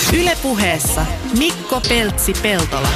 Yle Puheessa Mikko Peltsi-Peltola.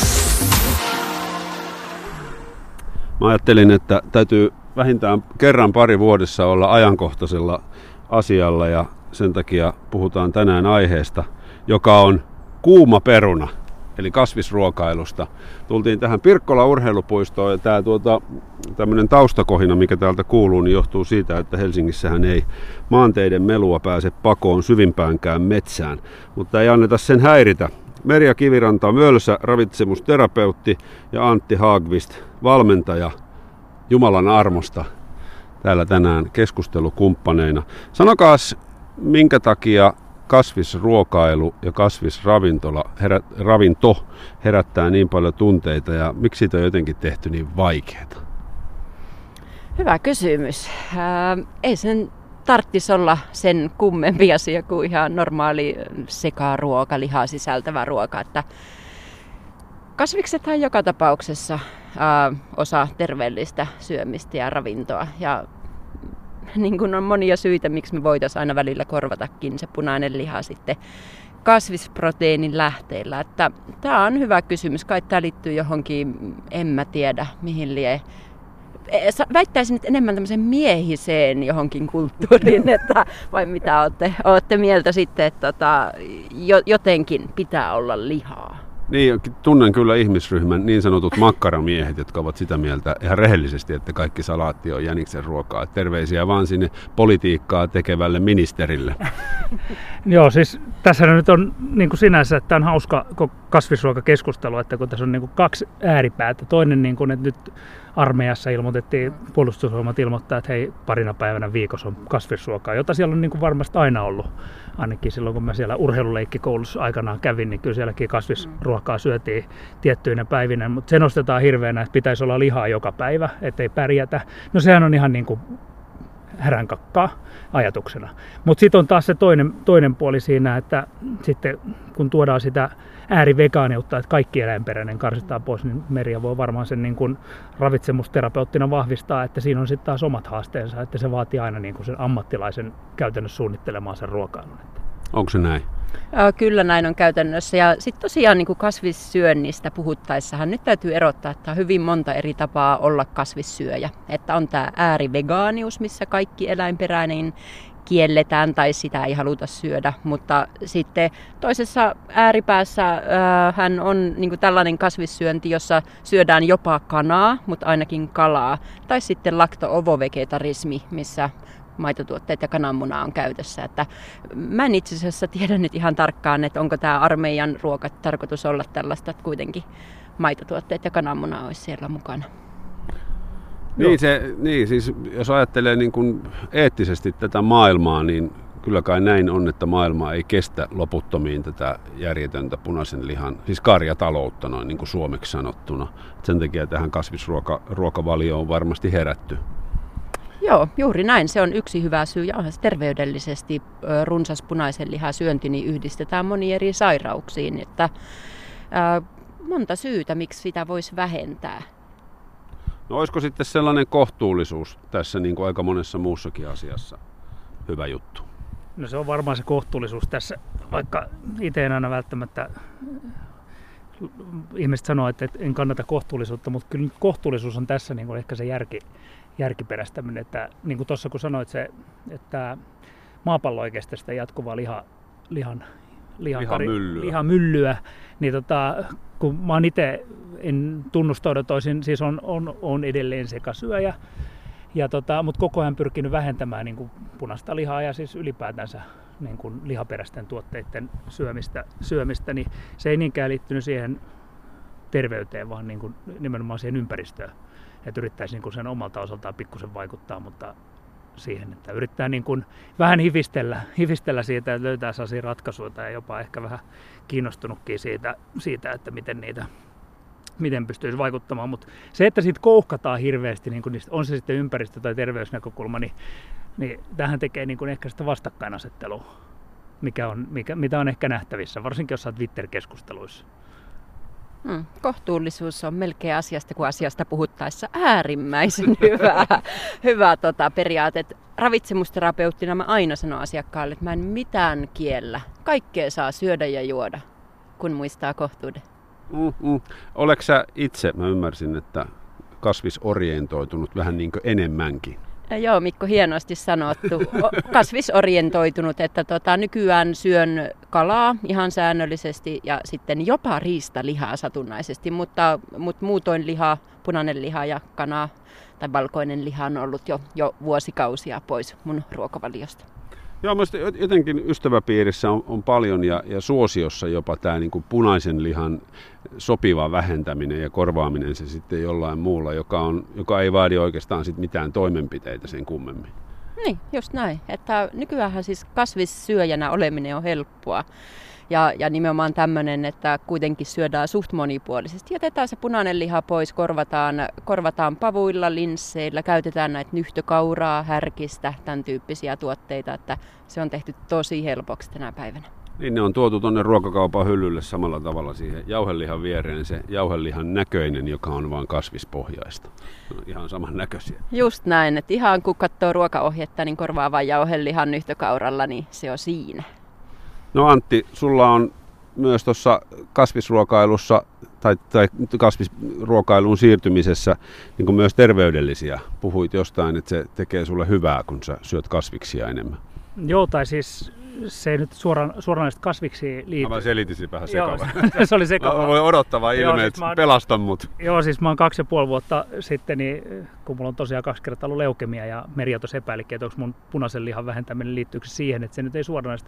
Mä ajattelin, että täytyy vähintään kerran pari vuodessa olla ajankohtaisella asialla ja sen takia puhutaan tänään aiheesta, joka on kuuma peruna, eli kasvisruokailusta. Tultiin tähän Pirkkolan urheilupuistoon ja tämä tämmöinen taustakohina, mikä täältä kuuluu, niin johtuu siitä, että Helsingissähän ei maanteiden melua pääse pakoon syvimpäänkään metsään, mutta ei anneta sen häiritä. Merja Kiviranta Mölsä, ravitsemusterapeutti, ja Antti Haagvist, valmentaja Jumalan armosta, täällä tänään keskustelukumppaneina. Sanokaas, minkä takia kasvisruokailu ja ravinto herättää niin paljon tunteita ja miksi siitä on jotenkin tehty niin vaikeaa? Hyvä kysymys. Ei sen tarvitsisi olla sen kummempi asia kuin ihan normaali sekaruoka, lihaa sisältävä ruoka. Että kasviksethan joka tapauksessa osa terveellistä syömistä ja ravintoa. Ja niin kuin on monia syitä, miksi me voitaisiin aina välillä korvatakin se punainen liha sitten kasvisproteiinin lähteillä. Että tämä on hyvä kysymys. Kai tämä liittyy johonkin, en mä tiedä mihin lie. Väittäisin nyt enemmän tämmöiseen miehiseen johonkin kulttuuriin, että vai mitä olette mieltä sitten, että jotenkin pitää olla lihaa? Niin, tunnen kyllä ihmisryhmän niin sanotut makkaramiehet, jotka ovat sitä mieltä ihan rehellisesti, että kaikki salaatti on jäniksen ruokaa. Terveisiä vaan sinne politiikkaa tekevälle ministerille. Joo, siis tässä nyt on niin kuin sinänsä, että on hauska kasvisruokakeskustelu, että kun tässä on niin kuin kaksi ääripäätä. Toinen, niin kuin, että nyt armeijassa ilmoitettiin, puolustusvoimat ilmoittaa, että hei, parina päivänä viikossa on kasvisruokaa, jota siellä on niin kuin varmasti aina ollut. Ainakin silloin, kun mä siellä urheiluleikkikoulussa aikanaan kävin, niin kyllä sielläkin kasvisruokaa syötiin tiettyinä päivinä, mutta se nostetaan hirveänä, että pitäisi olla lihaa joka päivä, ettei pärjätä. No sehän on ihan niin kuin häränkakkaa ajatuksena. Mutta sitten on taas se toinen puoli siinä, että sitten kun tuodaan sitä äärivegaaniutta, että kaikki eläinperäinen karsitaan pois, niin Merja voi varmaan sen niin kuin ravitsemusterapeuttina vahvistaa, että siinä on sitten taas omat haasteensa, että se vaatii aina niin kuin sen ammattilaisen käytännössä suunnittelemaan sen ruokailun. Onko se näin? Kyllä näin on käytännössä. Ja sitten tosiaan niin kuin kasvissyönnistä puhuttaessahan nyt täytyy erottaa, että on hyvin monta eri tapaa olla kasvissyöjä. Että on tämä äärivegaanius, missä kaikki eläinperäinen kielletään tai sitä ei haluta syödä, mutta sitten toisessa ääripäässä hän on niin kuin tällainen kasvissyönti, jossa syödään jopa kanaa, mutta ainakin kalaa, tai sitten lakto-ovo-vegetarismi, missä maitotuotteet ja kananmuna on käytössä. Että mä en itse asiassa tiedä nyt ihan tarkkaan, että onko tämä armeijan ruoka tarkoitus olla tällaista, että kuitenkin maitotuotteet ja kananmuna olisi siellä mukana. Niin, siis jos ajattelee niin kuin eettisesti tätä maailmaa, niin kyllä kai näin on, että maailma ei kestä loputtomiin tätä järjetöntä punaisen lihan, siis karjataloutta noin niin kuin suomeksi sanottuna. Sen takia tähän kasvisruokavalioon on varmasti herätty. Joo, juuri näin. Se on yksi hyvä syy. Ja terveydellisesti runsas punaisen lihan syönti niin yhdistetään moniin eri sairauksiin. Että, monta syytä, miksi sitä voisi vähentää. No olisiko sitten sellainen kohtuullisuus tässä niin kuin aika monessa muussakin asiassa hyvä juttu? No se on varmaan se kohtuullisuus tässä, vaikka itse en aina välttämättä, ihmiset sanoo, että en kannata kohtuullisuutta, mutta kyllä kohtuullisuus on tässä niin kuin ehkä se järkiperäistäminen, että niin kuin tuossa kun sanoit se, että maapallo oikeastaan sitä jatkuvaa lihamyllyä, niin kun mä oon itse, en tunnustaudu toisin, siis on edelleen sekasyöjä, mutta koko ajan pyrkinyt vähentämään niin kuin punaista lihaa ja siis ylipäätänsä niin kuin lihaperäisten tuotteiden syömistä, niin se ei niinkään liittynyt siihen terveyteen, vaan niin kuin nimenomaan siihen ympäristöön. Että yrittäisi niin kuin sen omalta osaltaan pikkusen vaikuttaa, mutta siihen, että yrittää niin kuin vähän hivistellä siitä, että löytää sellaisia ratkaisuja ja jopa ehkä vähän kiinnostunutkin siitä että miten pystyisi vaikuttamaan. Mutta se, että siitä kouhkataan hirveästi, niin kuin on se sitten ympäristö- tai terveysnäkökulma, niin tähän tekee niin kuin ehkä sitä vastakkainasettelua, mitä on ehkä nähtävissä, varsinkin jossain Twitter-keskusteluissa. Kohtuullisuus on melkein asiasta kuin asiasta puhuttaessa äärimmäisen hyvä periaate. Ravitsemusterapeuttina mä aina sanon asiakkaalle, että mä en mitään kiellä. Kaikkea saa syödä ja juoda, kun muistaa kohtuuden. Oletko sä itse, mä ymmärsin, että kasvisorientoitunut vähän niin kuin enemmänkin? Joo, Mikko, hienosti sanottu. Kasvisorientoitunut, että nykyään syön kalaa ihan säännöllisesti ja sitten jopa riistalihaa satunnaisesti, mutta muutoin liha, punainen liha ja kana tai valkoinen liha on ollut jo vuosikausia pois mun ruokavaliosta. Joo, mielestäni jotenkin ystäväpiirissä on paljon ja suosiossa jopa tämä niin kuin punaisen lihan sopiva vähentäminen ja korvaaminen se sitten jollain muulla, joka ei vaadi oikeastaan sit mitään toimenpiteitä sen kummemmin. Niin, just näin. Että nykyäänhän siis kasvissyöjänä oleminen on helppoa. Ja nimenomaan tämmöinen, että kuitenkin syödään suht monipuolisesti. Jätetään se punainen liha pois, korvataan pavuilla, linsseillä, käytetään näitä nyhtökauraa, härkistä, tämän tyyppisiä tuotteita, että se on tehty tosi helpoksi tänä päivänä. Niin ne on tuotu tuonne ruokakaupan hyllylle samalla tavalla siihen jauhelihan viereen, se jauhelihan näköinen, joka on vain kasvispohjaista. Ihan saman näköisiä. Just näin, että ihan kun katsoo ruokaohjetta, niin korvaa vain jauhelihan nyhtökauralla, niin se on siinä. No Antti, sulla on myös tuossa kasvisruokailussa tai kasvisruokailuun siirtymisessä niin kuin myös terveydellisiä. Puhuit jostain, että se tekee sulle hyvää, kun sä syöt kasviksia enemmän. Joo, tai siis se ei nyt suoranaisesti kasviksi liity. Mä selitisin vähän sekavaa. Se oli sekavaa. Voi odottava ilme, että pelastan mut. Joo, siis mä oon 2,5 vuotta sitten, niin, kun mulla on tosiaan 2 kertaa ollut leukemia ja Merja tuossa epäilikin, että onko mun punaisen lihan vähentäminen liittyykö siihen, että se nyt ei suoranaisesti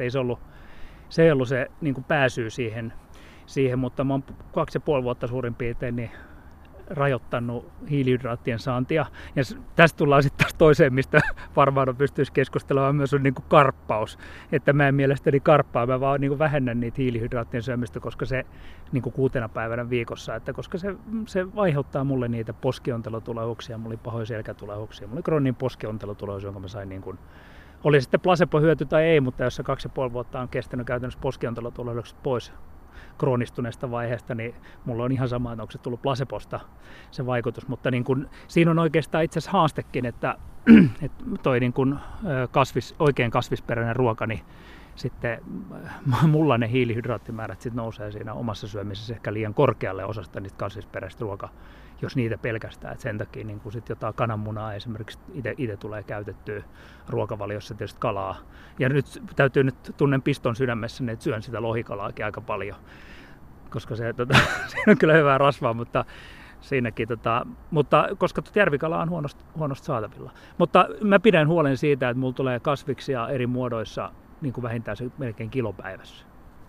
se ei ollut se niin kuin pääsyy siihen, mutta mä oon 2,5 vuotta suurin piirtein niin rajoittanut hiilihydraattien saantia. Ja tästä tullaan sitten taas toiseen, mistä varmaan pystyisi keskustelemaan, myös on niin kuin karppaus. Että mä en mielestäni karppaa, mä vaan niin kuin vähennän niitä hiilihydraattien syömistä, koska se niin kuin 6 päivänä viikossa, että koska se aiheuttaa mulle niitä poskiontelotulehduksia, mulla oli pahoja selkätulehduksia, mulla oli krooninen poskiontelotulehdus, jonka mä sain niin kuin oli sitten placebo-hyöty tai ei, mutta jos se 2,5 vuotta on kestänyt käytännössä poskiontelotulehdukset pois kroonistuneesta vaiheesta, niin mulla on ihan sama, että onko se tullut placebosta se vaikutus. Mutta niin kun, siinä on oikeastaan itse asiassa haastekin, että toi niin kun, oikein kasvisperäinen ruoka, niin sitten mulla ne hiilihydraattimäärät sit nousee siinä omassa syömisessä ehkä liian korkealle osasta niistä kasvisperäistä ruokaa, jos niitä pelkästään. Et sen takia niin sit jotain kananmunaa esimerkiksi itse tulee käytettyä ruokavaliossa, tietysti kalaa. Ja nyt tunnen piston sydämessä, että syön sitä lohikalaakin aika paljon, koska siinä on kyllä hyvää rasvaa, mutta siinäkin, mutta koska järvikala on huonosti saatavilla. Mutta mä pidän huolen siitä, että mulla tulee kasviksia eri muodoissa niin kuin vähintään se melkein kilopäivässä.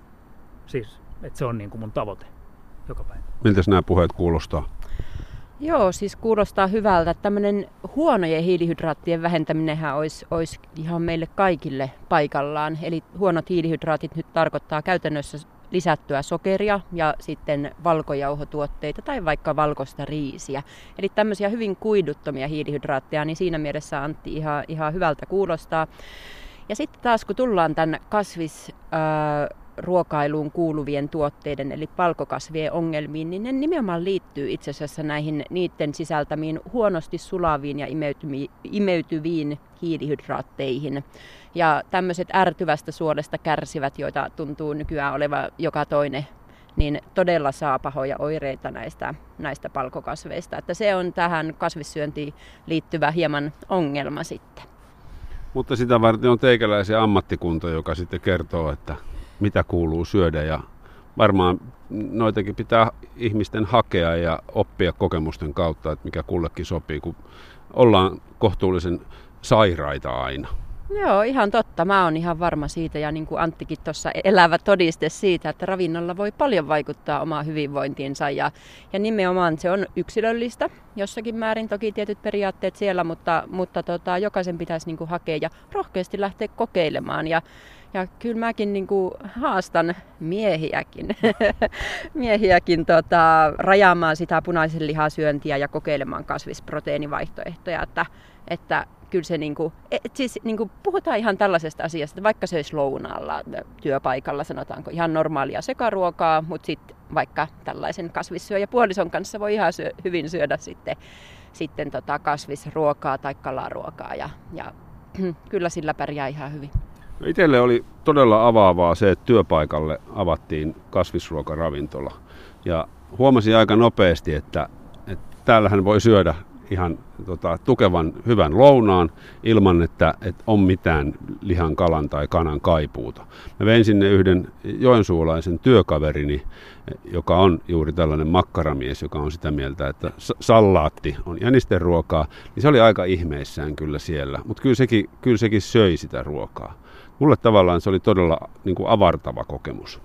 Siis, että se on niin kuin mun tavoite joka päivä. Miltäs nämä puheet kuulostaa? Joo, siis kuulostaa hyvältä. Tämmöinen huonojen hiilihydraattien vähentäminenhän olisi ihan meille kaikille paikallaan. Eli huonot hiilihydraatit nyt tarkoittaa käytännössä lisättyä sokeria ja sitten valkojauhotuotteita tai vaikka valkoista riisiä. Eli tämmöisiä hyvin kuiduttomia hiilihydraatteja, niin siinä mielessä Antti ihan hyvältä kuulostaa. Ja sitten taas kun tullaan tämän kasvisruokailuun kuuluvien tuotteiden eli palkokasvien ongelmiin, niin ne nimenomaan liittyy itse asiassa näihin niiden sisältämiin huonosti sulaviin ja imeytyviin hiilihydraatteihin. Ja tämmöiset ärtyvästä suolesta kärsivät, joita tuntuu nykyään oleva joka toinen, niin todella saa pahoja oireita näistä palkokasveista. Että se on tähän kasvissyöntiin liittyvä hieman ongelma sitten. Mutta sitä varten on teikäläisen ammattikunta, joka sitten kertoo, että mitä kuuluu syödä. Ja varmaan noitakin pitää ihmisten hakea ja oppia kokemusten kautta, että mikä kullekin sopii, kun ollaan kohtuullisen sairaita aina. Joo, ihan totta. Mä oon ihan varma siitä ja niin kuin Anttikin tuossa elävä todiste siitä, että ravinnolla voi paljon vaikuttaa omaan hyvinvointiinsa ja nimenomaan se on yksilöllistä jossakin määrin, toki tietyt periaatteet siellä, mutta jokaisen pitäisi niin kuin hakea ja rohkeasti lähteä kokeilemaan ja kyllä mäkin niin kuin haastan miehiäkin rajaamaan sitä punaisen lihasyöntiä ja kokeilemaan kasvisproteiinivaihtoehtoja, että kyllä se siis puhutaan ihan tällaisesta asiasta, vaikka se olisi lounaalla työpaikalla, sanotaanko ihan normaalia sekaruokaa, mutta sitten vaikka tällaisen kasvissyöjäpuolison kanssa voi ihan hyvin syödä sitten kasvisruokaa tai kalaruokaa ja kyllä sillä pärjää ihan hyvin. No itselle oli todella avaavaa se, että työpaikalle avattiin kasvisruokaravintola ja huomasin aika nopeasti, että täällähän voi syödä ihan tukevan hyvän lounaan ilman, että on mitään lihan, kalan tai kanan kaipuuta. Mä vein sinne yhden joensuulaisen työkaverini, joka on juuri tällainen makkaramies, joka on sitä mieltä, että salaatti on jänisteruokaa, niin se oli aika ihmeissään kyllä siellä, mutta kyllä sekin söi sitä ruokaa. Mulle tavallaan se oli todella niin kuin avartava kokemus.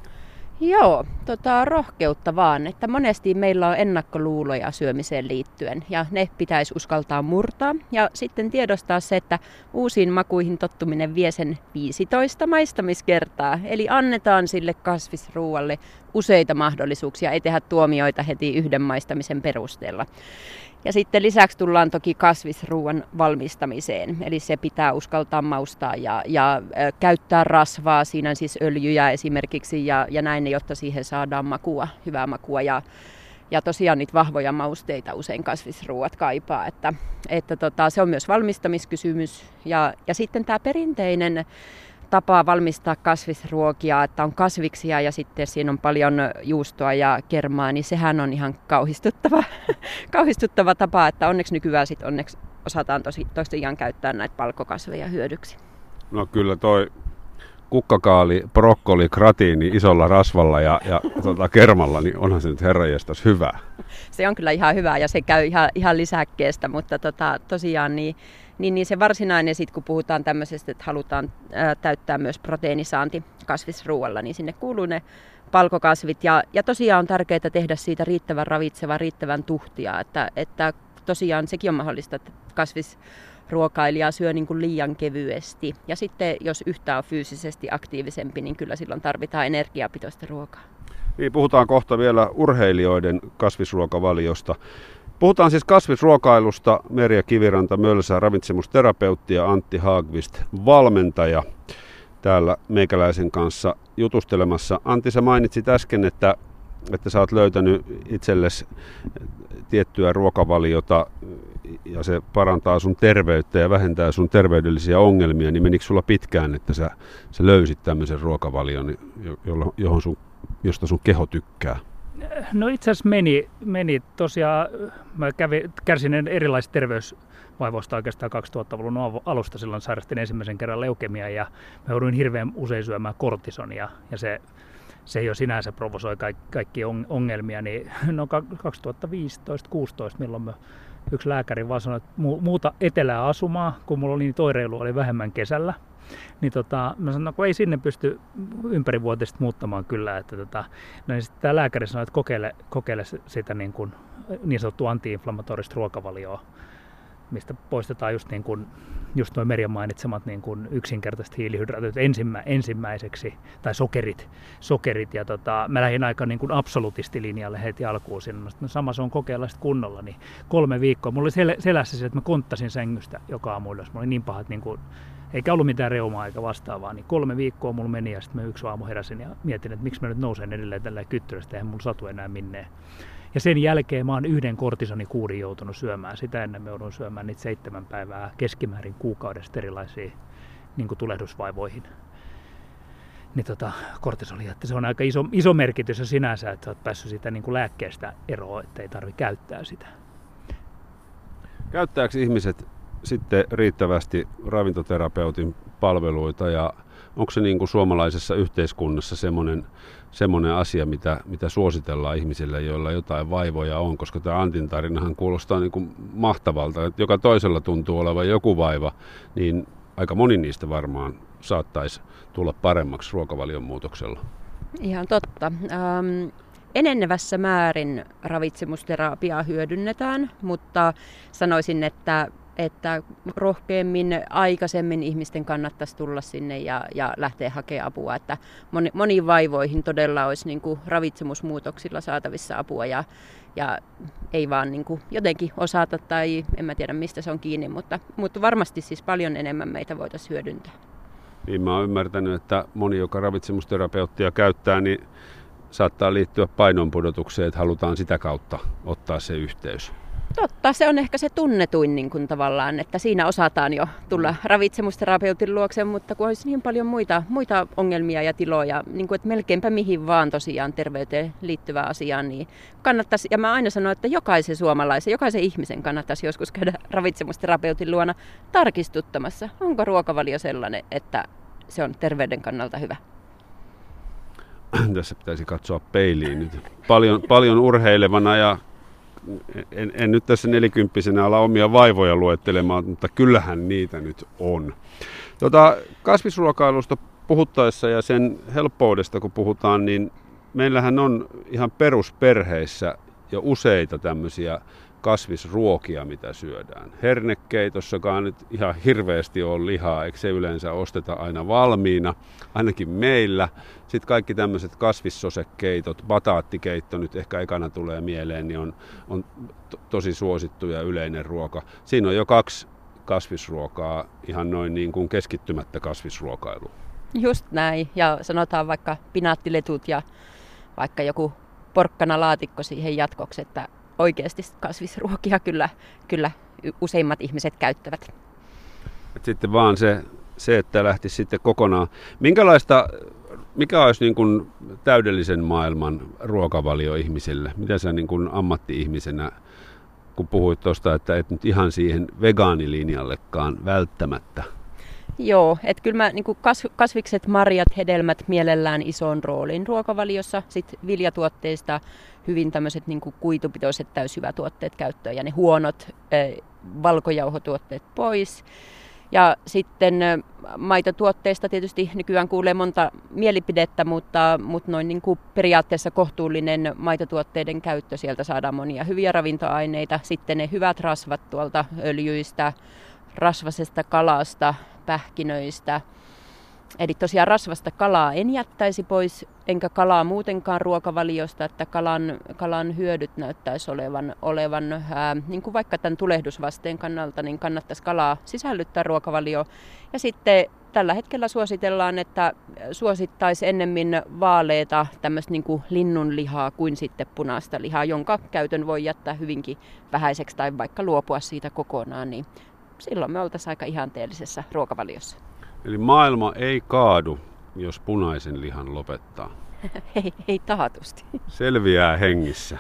Joo, rohkeutta vaan, että monesti meillä on ennakkoluuloja syömiseen liittyen ja ne pitäisi uskaltaa murtaa ja sitten tiedostaa se, että uusiin makuihin tottuminen vie sen 15 maistamiskertaa, eli annetaan sille kasvisruualle useita mahdollisuuksia, ei tehdä tuomioita heti yhden maistamisen perusteella. Ja sitten lisäksi tullaan toki kasvisruuan valmistamiseen, eli se pitää uskaltaa maustaa ja käyttää rasvaa, siinä siis öljyjä esimerkiksi ja näin, jotta siihen saadaan hyvää makua ja tosiaan niitä vahvoja mausteita usein kasvisruuat kaipaa, että se on myös valmistamiskysymys ja sitten tämä perinteinen tapa valmistaa kasvisruokia, että on kasviksia ja sitten siinä on paljon juustoa ja kermaa, niin sehän on ihan kauhistuttava tapa, että onneksi nykyään onneksi osataan tosiaan käyttää näitä palkokasveja hyödyksi. No kyllä toi kukkakaali, brokkoli, gratiini isolla rasvalla ja kermalla, niin onhan se nyt herranjestas hyvää. Se on kyllä ihan hyvää ja se käy ihan lisäkkeestä, mutta tosiaan niin se varsinainen, sit kun puhutaan tämmöisestä, että halutaan täyttää myös proteiinisaanti kasvisruualla, niin sinne kuuluu ne palkokasvit. Ja tosiaan on tärkeää tehdä siitä riittävän ravitseva, riittävän tuhtia, että tosiaan sekin on mahdollista, että kasvisruokailija syö niin kuin liian kevyesti. Ja sitten jos yhtään on fyysisesti aktiivisempi, niin kyllä silloin tarvitaan energiapitoista ruokaa. Niin, puhutaan kohta vielä urheilijoiden kasvisruokavaliosta. Puhutaan siis kasvisruokailusta. Merja Kiviranta Mölsä, ravitsemusterapeutti ja Antti Haagvist, valmentaja täällä meikäläisen kanssa jutustelemassa. Antti, sä mainitsit äsken, että sä oot löytänyt itsellesi tiettyä ruokavaliota ja se parantaa sun terveyttä ja vähentää sun terveydellisiä ongelmia, niin menikö sulla pitkään, että sä löysit tämmöisen ruokavalion, josta sun keho tykkää? No itse asiassa meni tosiaan, mä kärsin erilaisista terveysvaivoista oikeastaan 2000-luvun alusta, silloin sairastin ensimmäisen kerran leukemiaa ja mä jouduin hirveän usein syömään kortisonia ja se jo sinänsä provosoi kaikki ongelmia, niin no 2015-16, milloin yksi lääkäri vaan sanoi, että muuta etelää asumaan, kun mulla oli oireilua oli vähemmän kesällä. Niin mä sanoin, että ei sinne pysty ympärivuotisesti muuttamaan kyllä. Että niin sitten tämä lääkäri sanoi, että kokeile sitä niin sanottua anti-inflammatorista ruokavalioa, mistä poistetaan just nuo Merjan mainitsemat niin kuin yksinkertaiset hiilihydraatit ensimmäiseksi, tai sokerit ja mä lähdin aika niin kuin absolutistilinjalle heti alkuun sinne. No sama se on kokeilla sitten kunnolla, niin 3 viikkoa. Mulla oli selässä se, että mä konttasin sängystä joka aamu ylös. Mulla oli niin pahat, niin kuin, eikä ollut mitään reumaa eikä vastaavaa, niin 3 viikkoa mulla meni ja sitten mä yksi aamu heräsin ja mietin, että miksi mä nyt nousen edelleen tällä kyttyrästä, eihän mulla satu enää minneen. Ja sen jälkeen mä oon 1 kortisonikuurin joutunut syömään. Sitä ennen mä joudun syömään niitä 7 päivää keskimäärin kuukaudesta erilaisiin niin kuin tulehdusvaivoihin. Niin kortisoli, että se on aika iso merkitys jo sinänsä, että sä oot päässyt siitä niin kuin lääkkeestä eroon, että ei tarvitse käyttää sitä. Käyttääkö ihmiset sitten riittävästi ravintoterapeutin palveluita ja onko se niin kuin suomalaisessa yhteiskunnassa semmoinen asia, mitä suositellaan ihmisille, joilla jotain vaivoja on, koska tämä Antin tarinahan kuulostaa niin kuin mahtavalta, että joka toisella tuntuu olevan joku vaiva, niin aika moni niistä varmaan saattaisi tulla paremmaksi ruokavalion muutoksella. Ihan totta. Enenevässä määrin ravitsemusterapiaa hyödynnetään, mutta sanoisin, että että rohkeammin, aikaisemmin ihmisten kannattaisi tulla sinne ja lähteä hakemaan apua. Että moniin vaivoihin todella olisi niin kuin ravitsemusmuutoksilla saatavissa apua ja ei vaan niin kuin jotenkin osata tai en mä tiedä mistä se on kiinni, mutta varmasti siis paljon enemmän meitä voitaisiin hyödyntää. Niin mä oon ymmärtänyt, että moni, joka ravitsemusterapeuttia käyttää, niin saattaa liittyä painonpudotukseen, että halutaan sitä kautta ottaa se yhteys. Totta, se on ehkä se tunnetuin niin kuin tavallaan, että siinä osataan jo tulla ravitsemusterapeutin luokse, mutta kun olisi niin paljon muita ongelmia ja tiloja, niin kuin, että melkeinpä mihin vaan tosiaan terveyteen liittyvää asiaa, niin kannattaisi, ja mä aina sanon, että jokaisen suomalaisen, jokaisen ihmisen kannattaisi joskus käydä ravitsemusterapeutin luona tarkistuttamassa, onko ruokavalio sellainen, että se on terveyden kannalta hyvä. Tässä pitäisi katsoa peiliin nyt. Paljon urheilevana ja en nyt tässä 40-vuotiaana ala omia vaivoja luettelemaan, mutta kyllähän niitä nyt on. Kasvisruokailusta puhuttaessa ja sen helppoudesta kun puhutaan, niin meillähän on ihan perusperheissä jo useita tämmöisiä kasvisruokia, mitä syödään. Hernekeitossakaan nyt ihan hirveästi ole lihaa, eikö se yleensä osteta aina valmiina, ainakin meillä. Sitten kaikki tämmöiset kasvissosekeitot, bataattikeitto nyt ehkä ekana tulee mieleen, niin on tosi suosittu ja yleinen ruoka. Siinä on jo 2 kasvisruokaa, ihan noin niin kuin keskittymättä kasvisruokailuun. Just näin, ja sanotaan vaikka pinaattiletut ja vaikka joku porkkanalaatikko siihen jatkoksi, että oikeasti kasvisruokia kyllä useimmat ihmiset käyttävät. Sitten vaan se, että lähtisi sitten kokonaan. Mikä olisi niin kuin täydellisen maailman ruokavalio ihmiselle? Mitä sä niin kuin ammatti-ihmisenä, kun puhuit tuosta, että et nyt ihan siihen vegaanilinjallekaan välttämättä? Joo, että kyllä mä niin kuin kasvikset, marjat, hedelmät mielellään isoon rooliin ruokavaliossa. Sitten viljatuotteista hyvin tämmöiset niin kuin kuitupitoiset täysjyvätuotteet käyttöön ja ne huonot valkojauhotuotteet pois. Ja sitten maitotuotteista tietysti nykyään kuulee monta mielipidettä, mutta noin niin kuin periaatteessa kohtuullinen maitotuotteiden käyttö, sieltä saadaan monia hyviä ravintoaineita. Sitten ne hyvät rasvat tuolta öljyistä, rasvasesta kalasta, pähkinöistä. Eli tosiaan rasvasta kalaa en jättäisi pois, enkä kalaa muutenkaan ruokavaliosta, että kalan hyödyt näyttäisi olevan niin kuin vaikka tämän tulehdusvasteen kannalta, niin kannattaisi kalaa sisällyttää ruokavalioon. Ja sitten tällä hetkellä suositellaan, että suosittaisi ennemmin vaaleita tämmöistä niin kuin linnunlihaa kuin sitten punaista lihaa, jonka käytön voi jättää hyvinkin vähäiseksi tai vaikka luopua siitä kokonaan, niin silloin me oltaisiin aika ihanteellisessa ruokavaliossa. Eli maailma ei kaadu, jos punaisen lihan lopettaa. Ei taatusti. Selviää hengissä.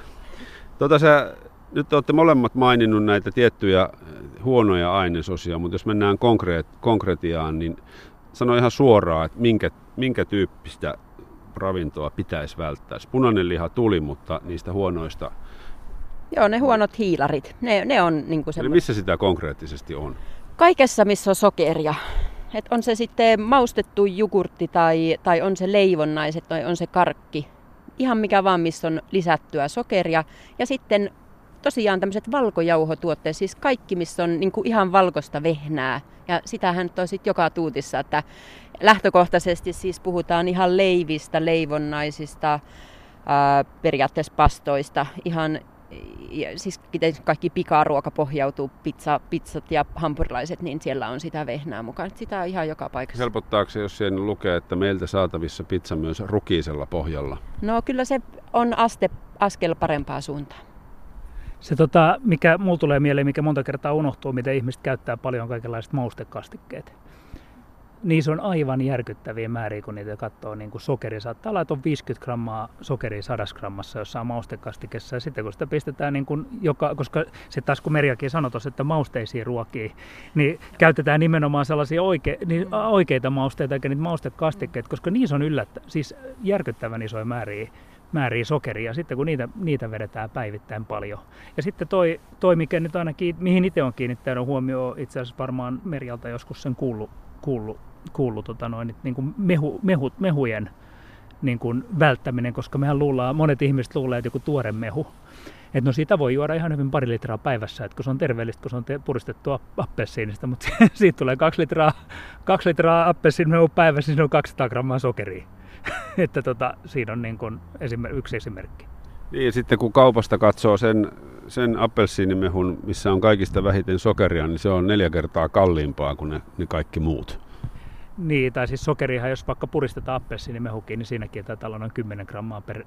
Sä nyt olette molemmat maininnut näitä tiettyjä huonoja ainesosia, mutta jos mennään konkretiaan, niin sano ihan suoraan, että minkä tyyppistä ravintoa pitäisi välttää. Punainen liha tuli, mutta niistä huonoista... Joo, ne huonot hiilarit. Ne on niin kuin Eli missä sitä konkreettisesti on? Kaikessa, missä on sokeria. Et on se sitten maustettu jogurtti tai on se leivonnaiset tai on se karkki. Ihan mikä vaan, missä on lisättyä sokeria. Ja sitten tosiaan tämmöiset valkojauhotuotteet, siis kaikki, missä on niin kuin ihan valkoista vehnää. Ja sitähän on sitten joka tuutissa, että lähtökohtaisesti siis puhutaan ihan leivistä, leivonnaisista, periaatteessa pastoista, ihan siis kaikki pikaruoka pohjautuu, pizzat ja hampurilaiset, niin siellä on sitä vehnää mukaan. Sitä on ihan joka paikassa. Helpottaako se, jos siinä lukee, että meiltä saatavissa pizza myös rukiisella pohjalla? No kyllä se on askel parempaa suuntaan. Se mikä mulla tulee mieleen, mikä monta kertaa unohtuu, miten ihmiset käyttää paljon kaikenlaiset maustekastikkeet. Niissä on aivan järkyttäviä määriä, kun niitä katsoo niin kuin sokeri. Saattaa olla, että on 50 grammaa sokeria 100 grammassa jossain maustekastikessa. Ja sitten kun sitä pistetään, niin kuin koska se taas kun Merjakin sanoi tuossa, että mausteisiin ruokiin, niin käytetään nimenomaan sellaisia oikeita mausteita eikä niitä maustekastikkeita, koska niissä on siis järkyttävän isoja määriä sokeria, sitten kun niitä vedetään päivittäin paljon. Ja sitten toi mikä nyt ainakin, mihin itse on kiinnittänyt huomioon, itse asiassa varmaan Merjalta joskus sen kuullut niin kuin mehujen niin kuin välttäminen, koska monet ihmiset luulee, että joku tuore mehu, että no sitä voi juoda ihan hyvin 2 litraa päivässä, että kun se on terveellistä, kun se on puristettua appelsiinista, mutta siitä tulee 2 litraa appelsiinimehua päivässä, niin se on 200 grammaa sokeria. Että siinä on niin kuin yksi esimerkki. Niin, ja sitten kun kaupasta katsoo sen appelsiinimehun, missä on kaikista vähiten sokeria, niin se on 4 kertaa kalliimpaa kuin ne kaikki muut. Niin, tai siis sokerihan, jos vaikka puristetaan appelsiinimehukin, niin siinäkin taitaa olla noin 10 grammaa per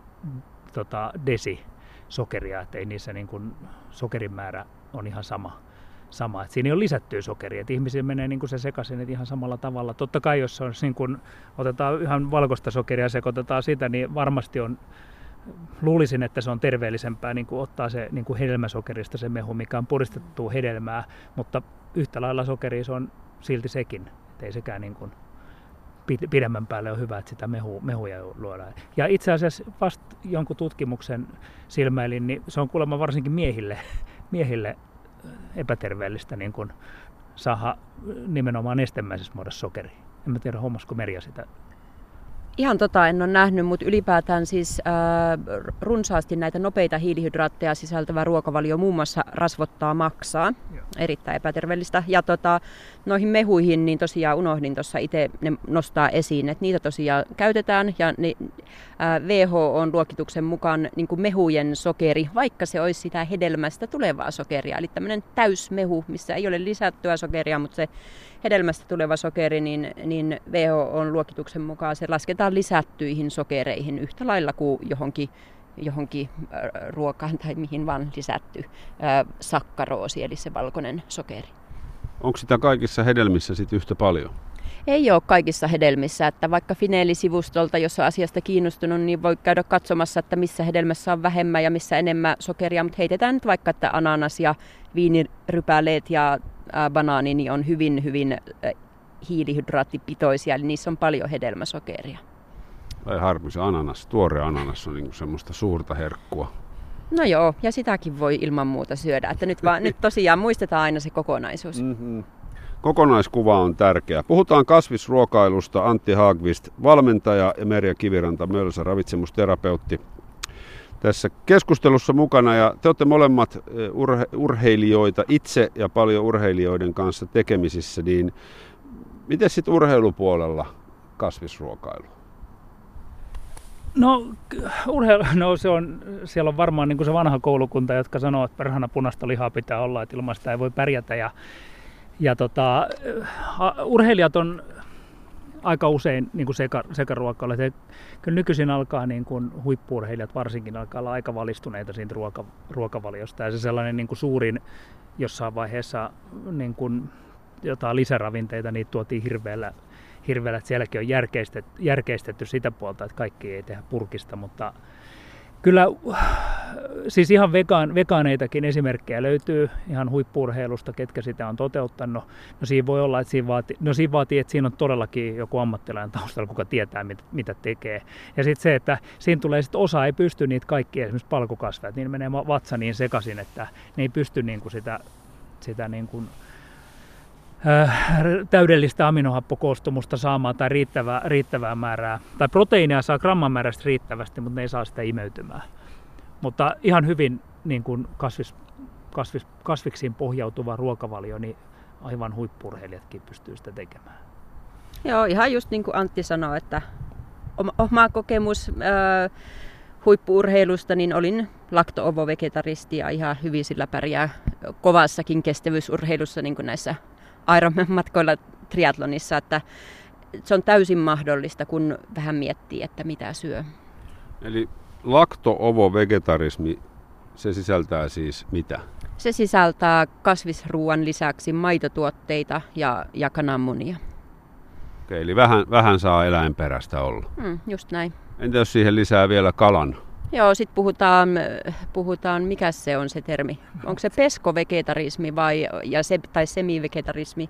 desi sokeria, että ei niissä niin kuin sokerin määrä on ihan sama. Että siinä ei ole lisättyä sokeria, että ihmisille menee niin kuin se sekaisin että ihan samalla tavalla. Totta kai, jos on, niin kuin, otetaan ihan valkoista sokeria ja sekoitetaan sitä, niin varmasti luulisin, että se on terveellisempää niin kuin ottaa se niin kuin hedelmäsokerista se mehu, mikä on puristettua hedelmää, mutta yhtä lailla sokeria se on silti sekin, että ei sekään niin kuin pidemmän päälle ole hyvä, että sitä mehuja luodaan. Ja itse asiassa vasta jonkun tutkimuksen silmäilin, niin se on kuulemma varsinkin miehille epäterveellistä niin kuin saada nimenomaan nestemäisessä muodossa sokeria. En mä tiedä, hommasko Merja sitä. Ihan en ole nähnyt, mutta ylipäätään siis runsaasti näitä nopeita hiilihydraatteja sisältävä ruokavalio muun muassa rasvottaa maksaa. Joo. Erittäin epäterveellistä. Ja noihin mehuihin, niin tosiaan unohdin tuossa itse ne nostaa esiin, että niitä tosiaan käytetään. Ja WHO-luokituksen mukaan niin kuin mehujen sokeri, vaikka se olisi sitä hedelmästä tulevaa sokeria, eli tämmöinen täysmehu, missä ei ole lisättyä sokeria, mutta se hedelmästä tuleva sokeri, niin WHO-luokituksen mukaan se lasketaan lisättyihin sokereihin yhtä lailla kuin johonkin ruokaan tai mihin vaan lisätty sakkaroosi, eli se valkoinen sokeri. Onko sitä kaikissa hedelmissä sitten yhtä paljon? Ei ole kaikissa hedelmissä, että vaikka Fineeli-sivustolta, jos on asiasta kiinnostunut, niin voi käydä katsomassa, että missä hedelmässä on vähemmän ja missä enemmän sokeria, mutta heitetään nyt vaikka, että ananas ja viinirypäleet ja banaani niin on hyvin, hyvin hiilihydraattipitoisia, eli niissä on paljon hedelmäsokeria. Tai harmi, se tuore ananas on niin semmoista suurta herkkua. No joo, ja sitäkin voi ilman muuta syödä, että nyt tosiaan muistetaan aina se kokonaisuus. Mm-hmm. Kokonaiskuva on tärkeä. Puhutaan kasvisruokailusta. Antti Hagqvist, valmentaja, ja Merja Kiviranta-Mölsä, ravitsemusterapeutti, tässä keskustelussa mukana. Ja te olette molemmat urheilijoita itse ja paljon urheilijoiden kanssa tekemisissä. Niin miten sitten urheilupuolella kasvisruokailu? Siellä on varmaan niin kuin se vanha koulukunta, jotka sanoo, että perhana punaista lihaa pitää olla, että ilman sitä ei voi pärjätä. Urheilijat on aika usein niin kuin sekaruokailla. Kyllä nykyisin alkaa niin kuin huippu-urheilijat varsinkin alkaa olla aika valistuneita siitä ruokavaliosta. Ja se sellainen niin kuin suurin jossain vaiheessa niin kuin jotain lisäravinteita, niitä tuotiin hirveällä, että sielläkin on järkeistetty sitä puolta, että kaikki ei tehdä purkista, mutta kyllä siis ihan vegaaneitakin esimerkkejä löytyy ihan huippu-urheilusta, ketkä sitä on toteuttanut. No siinä voi olla, että siinä vaatii, että siinä on todellakin joku ammattilainen taustalla, kuka tietää, mitä tekee. Ja sitten se, että siinä tulee sitten osa ei pysty niitä kaikkia, esimerkiksi palkokasveja, että niin menee vatsa niin sekaisin, että ne ei pysty niin kuin sitä niin kuin täydellistä aminohappokoostumusta saamaan tai riittävää määrää. Tai proteiinia saa grammamäärästä riittävästi, mutta ne ei saa sitä imeytymään. Mutta ihan hyvin niin kuin kasviksiin pohjautuva ruokavalio, niin aivan huippu-urheilijatkin pystyy sitä tekemään. Joo, ihan just niin kuin Antti sanoi, että oma kokemus huippu-urheilusta, niin olin lakto-ovo-vegetaristi ja ihan hyvin sillä pärjää kovassakin kestävyysurheilussa, niin kuin näissä Ironman-matkoilla triathlonissa, että se on täysin mahdollista, kun vähän miettii, että mitä syö. Eli lakto-ovo-vegetarismi, se sisältää siis mitä? Se sisältää kasvisruuan lisäksi maitotuotteita ja kananmunia. Okei, eli vähän saa eläinperäistä olla. Just näin. Entä jos siihen lisää vielä kalan? Joo, sitten puhutaan, mikä se on se termi. Onko se peskovegetarismi tai semivegetarismi?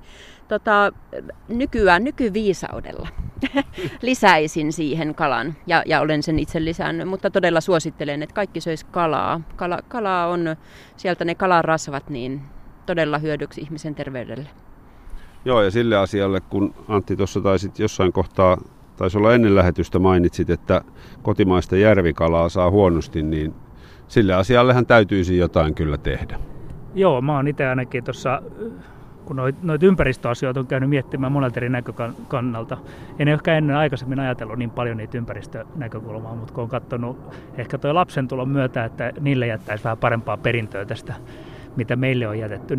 Nykyviisaudella lisäisin siihen kalan ja olen sen itse lisännyt, mutta todella suosittelen, että kaikki söisi kalaa. Kala on sieltä ne kalarasvat niin todella hyödyksi ihmisen terveydelle. Joo, ja sille asialle, kun Antti tuossa taisit jossain kohtaa taisi olla ennen lähetystä mainitsit, että kotimaista järvikalaa saa huonosti, niin sille asiallehan täytyisi jotain kyllä tehdä. Joo, mä oon itse ainakin tuossa, kun noita ympäristöasioita on käynyt miettimään monelta eri näkökannalta. En ehkä ennen aikaisemmin ajatellut niin paljon niitä ympäristönäkökulmaa, mutta kun on katsonut ehkä toi lapsen tulon myötä, että niille jättäisi vähän parempaa perintöä tästä, mitä meille on jätetty,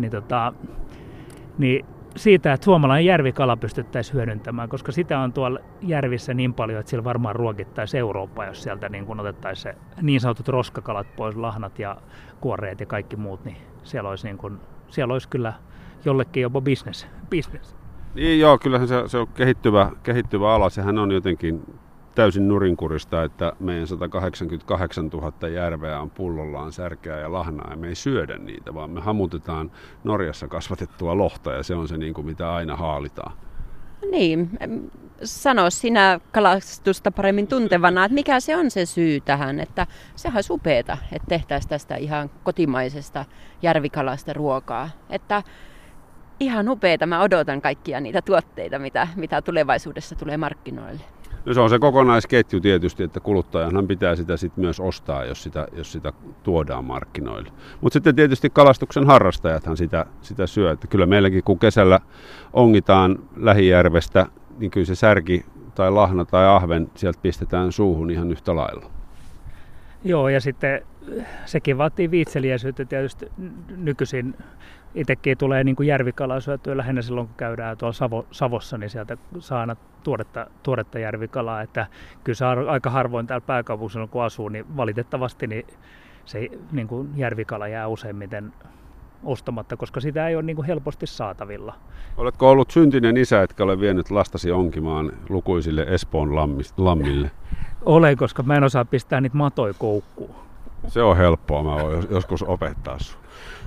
niin siitä, että suomalainen järvikala pystyttäisiin hyödyntämään, koska sitä on tuolla järvissä niin paljon, että sillä varmaan ruokittaisiin Eurooppaa, jos sieltä niin kun otettaisiin se niin sanotut roskakalat pois, lahnat ja kuoreet ja kaikki muut, niin siellä olisi kyllä jollekin jopa business. Niin joo, kyllähän se on kehittyvä ala. Sehän on jotenkin täysin nurinkurista, että meidän 188 000 järveä on pullollaan särkeä ja lahnaa ja me ei syödä niitä, vaan me hamutetaan Norjassa kasvatettua lohta ja se on se niin kuin mitä aina haalitaan. Niin, sano sinä kalastusta paremmin tuntevana, että mikä se on se syy tähän, että sehän olisi upeata, että tehtäisiin tästä ihan kotimaisesta järvikalasta ruokaa, että ihan upeata, mä odotan kaikkia niitä tuotteita, mitä tulevaisuudessa tulee markkinoille. No se on se kokonaisketju tietysti, että kuluttajanhan pitää sitä sit myös ostaa, jos sitä tuodaan markkinoille. Mutta sitten tietysti kalastuksen harrastajathan sitä syö. Että kyllä meilläkin kun kesällä ongitaan lähijärvestä, niin kyllä se särki tai lahna tai ahven sieltä pistetään suuhun ihan yhtä lailla. Joo, ja sitten sekin vaatii viitseliäisyyttä tietysti nykyisin. Itsekin tulee niin kuin järvikalaa syötyä lähinnä silloin, kun käydään tuolla Savossa, niin sieltä saa aina tuoretta järvikalaa. Että kyllä se aika harvoin täällä pääkaupunkiseudulla, kun asuu, niin valitettavasti niin se niin kuin järvikala jää useimmiten ostamatta, koska sitä ei ole niin kuin helposti saatavilla. Oletko ollut syntinen isä, etkä ole vienyt lastasi onkimaan lukuisille Espoon lammille? Olen, koska mä en osaa pistää niitä matoja koukkuun. Se on helppoa, mä voin joskus opettaa sun.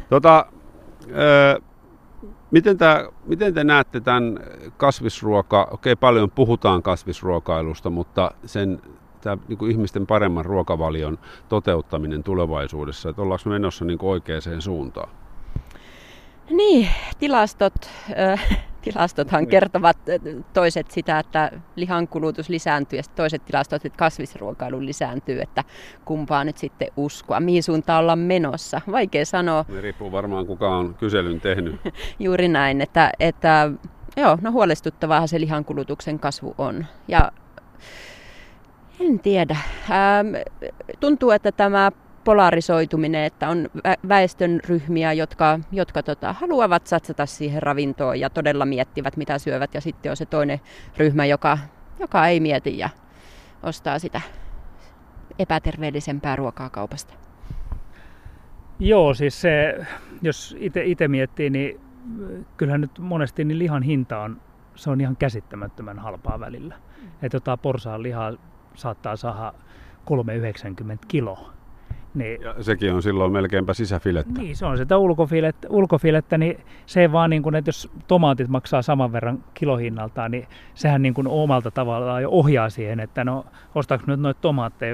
Miten te näette tämän okei, paljon puhutaan kasvisruokailusta, mutta tämä niin kuin ihmisten paremman ruokavalion toteuttaminen tulevaisuudessa, että ollaanko me menossa niin kuin oikeaan suuntaan? Niin, tilastothan kertovat toiset sitä, että lihankulutus lisääntyy ja toiset tilastot, että kasvisruokailu lisääntyy, että kumpaa nyt sitten uskoa, mihin suuntaan ollaan menossa. Vaikea sanoa. Ne riippuu varmaan kuka on kyselyn tehnyt. Juuri näin, että joo, no huolestuttavaahan se lihankulutuksen kasvu on. Ja en tiedä. Tuntuu, että tämä polarisoituminen, että on väestönryhmiä, jotka haluavat satsata siihen ravintoon ja todella miettivät, mitä syövät. Ja sitten on se toinen ryhmä, joka ei mieti ja ostaa sitä epäterveellisempää ruokaa kaupasta. Joo, siis se, jos itse miettii, niin kyllähän nyt monesti niin lihan hinta on ihan käsittämättömän halpaa välillä. Että porsaan lihaa saattaa saada 3,90 kiloa. Niin, ja sekin on silloin melkeinpä sisäfilettä. Niin, se on sitä ulkofilettä, niin se ei vaan niin kuin, että jos tomaatit maksaa saman verran kilohinnaltaan, niin sehän niin kuin omalta tavallaan jo ohjaa siihen, että no ostaako nyt noita tomaatteja,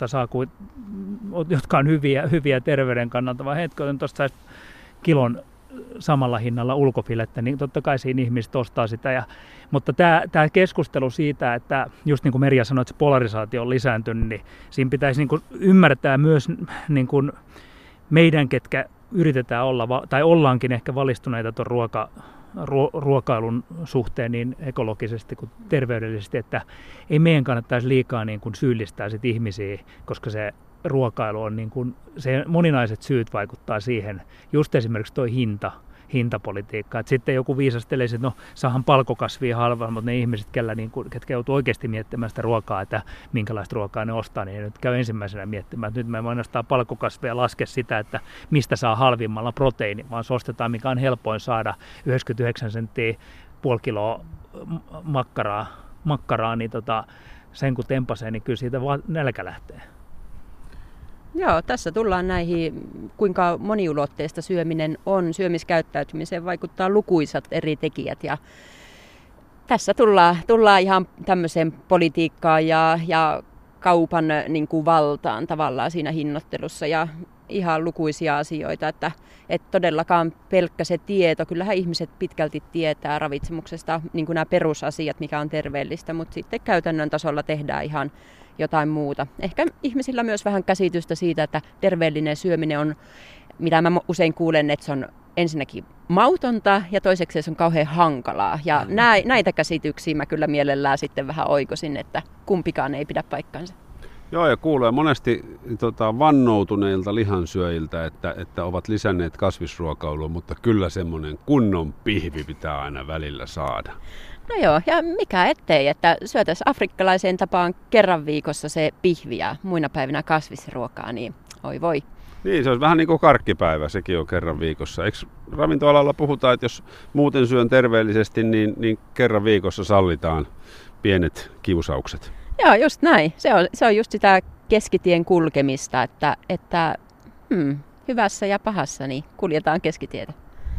jotka on hyviä terveyden kannalta, vai hetkellä, että tuosta saisi kilon samalla hinnalla ulkofilettä, niin totta kai siinä ihmiset ostaa sitä. Mutta tämä keskustelu siitä, että just niin kuin Merja sanoi, että se polarisaatio on lisääntynyt, niin siinä pitäisi niin kuin ymmärtää myös niin kuin meidän, ketkä yritetään olla, tai ollaankin ehkä valistuneita tuon ruokailun suhteen niin ekologisesti kuin terveydellisesti, että ei meidän kannattaisi liikaa niin kuin syyllistää sit ihmisiä, koska se ruokailu on niin kuin, se moninaiset syyt vaikuttaa siihen, just esimerkiksi tuo hintapolitiikka. Et sitten joku viisastelee, että no saahan palkokasvia halvalla, mutta ne ihmiset, ketkä joutuu oikeasti miettimään sitä ruokaa, että minkälaista ruokaa ne ostaa, niin nyt käy ensimmäisenä miettimään, että nyt me ainoastaan palkokasvia ja laske sitä, että mistä saa halvimmalla proteiini, vaan se ostetaan, mikä on helpoin saada 99 senttiä puoli kiloa makkaraa niin sen kun tempasee, niin kyllä siitä vaan nälkä lähtee. Joo, tässä tullaan näihin, kuinka moniulotteista syöminen on. Syömiskäyttäytymiseen vaikuttaa lukuisat eri tekijät ja tässä tullaan ihan tämmöiseen politiikkaan ja kaupan niin kuin valtaan tavallaan siinä hinnoittelussa. Ja ihan lukuisia asioita, että todellakaan pelkkä se tieto, kyllähän ihmiset pitkälti tietää ravitsemuksesta niin kuin nämä perusasiat, mikä on terveellistä, mutta sitten käytännön tasolla tehdään ihan jotain muuta. Ehkä ihmisillä myös vähän käsitystä siitä, että terveellinen syöminen on, mitä mä usein kuulen, että se on ensinnäkin mautonta ja toiseksi se on kauhean hankalaa. Ja näitä käsityksiä mä kyllä mielellään sitten vähän oikosin, että kumpikaan ei pidä paikkaansa. Joo, ja kuulee monesti vannoutuneilta lihansyöjiltä, että ovat lisänneet kasvisruokailua, mutta kyllä semmoinen kunnon pihvi pitää aina välillä saada. No joo, ja mikä ettei, että syötäisiin afrikkalaiseen tapaan kerran viikossa se pihvi ja muina päivinä kasvisruokaa, niin oi voi. Niin, se on vähän niin kuin karkkipäivä, sekin on kerran viikossa. Eikö ravintoalalla puhutaan, että jos muuten syön terveellisesti, niin kerran viikossa sallitaan pienet kiusaukset? Joo, just näin. Se on just sitä keskitien kulkemista, että hyvässä ja pahassa niin kuljetaan keskitietä.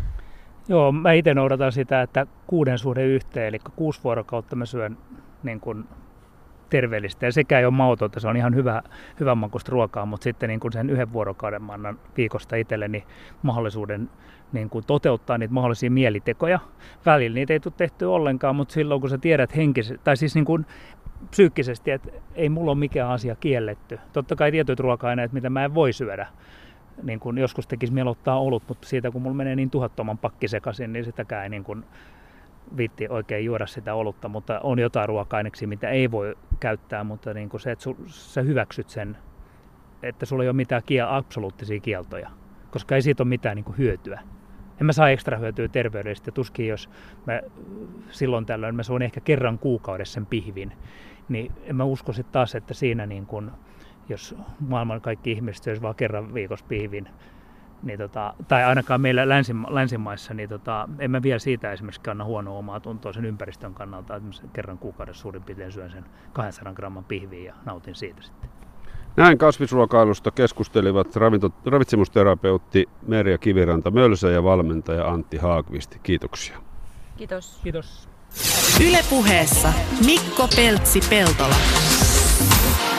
Joo, mä itse noudatan sitä, että 6:1, eli 6 vuorokautta mä syön niin kuin terveellistä. Ja sekä ei ole mautonta, se on ihan hyvän makuista ruokaa, mutta sitten niin kuin sen 1 vuorokauden mä annan viikosta itselleni mahdollisuuden niin kuin toteuttaa niitä mahdollisia mielitekoja. Välillä niitä ei tule tehtyä ollenkaan, mutta silloin kun sä tiedät henkisesti, tai siis niin kuin psyykkisesti, että ei mulla ole mikään asia kielletty. Totta kai tietyt ruoka-aineet, mitä mä en voi syödä. Niin kun joskus tekisi mieli ottaa olut, mutta siitä kun mulla menee niin tuhottoman pakki sekaisin, niin sitäkään ei niin kun viitti oikein juoda sitä olutta. Mutta on jotain ruoka-aineksia, mitä ei voi käyttää, mutta niin kun se, että sä hyväksyt sen, että sulla ei ole mitään absoluuttisia kieltoja, koska ei siitä ole mitään niin kun hyötyä. En mä saa ekstra hyötyä terveydellisesti, tuskin jos mä silloin tällöin mä suon ehkä kerran kuukaudessa sen pihvin, niin en mä usko sitten taas, että siinä niin kun, jos maailman kaikki ihmiset söisi vaan kerran viikossa pihvin, niin tai ainakaan meillä länsimaissa, niin en mä vielä siitä esimerkiksi kanna huonoa omaa tuntoa sen ympäristön kannalta, että kerran kuukaudessa suurin piirtein syön sen 200 gramman pihviin ja nautin siitä sitten. Näin kasvisruokailusta keskustelivat ravitsemusterapeutti Merja Kiviranta-Mölsä ja valmentaja Antti Haakvist. Kiitoksia. Kiitos. Kiitos. Yle Puheessa Mikko Peltsi-Peltola.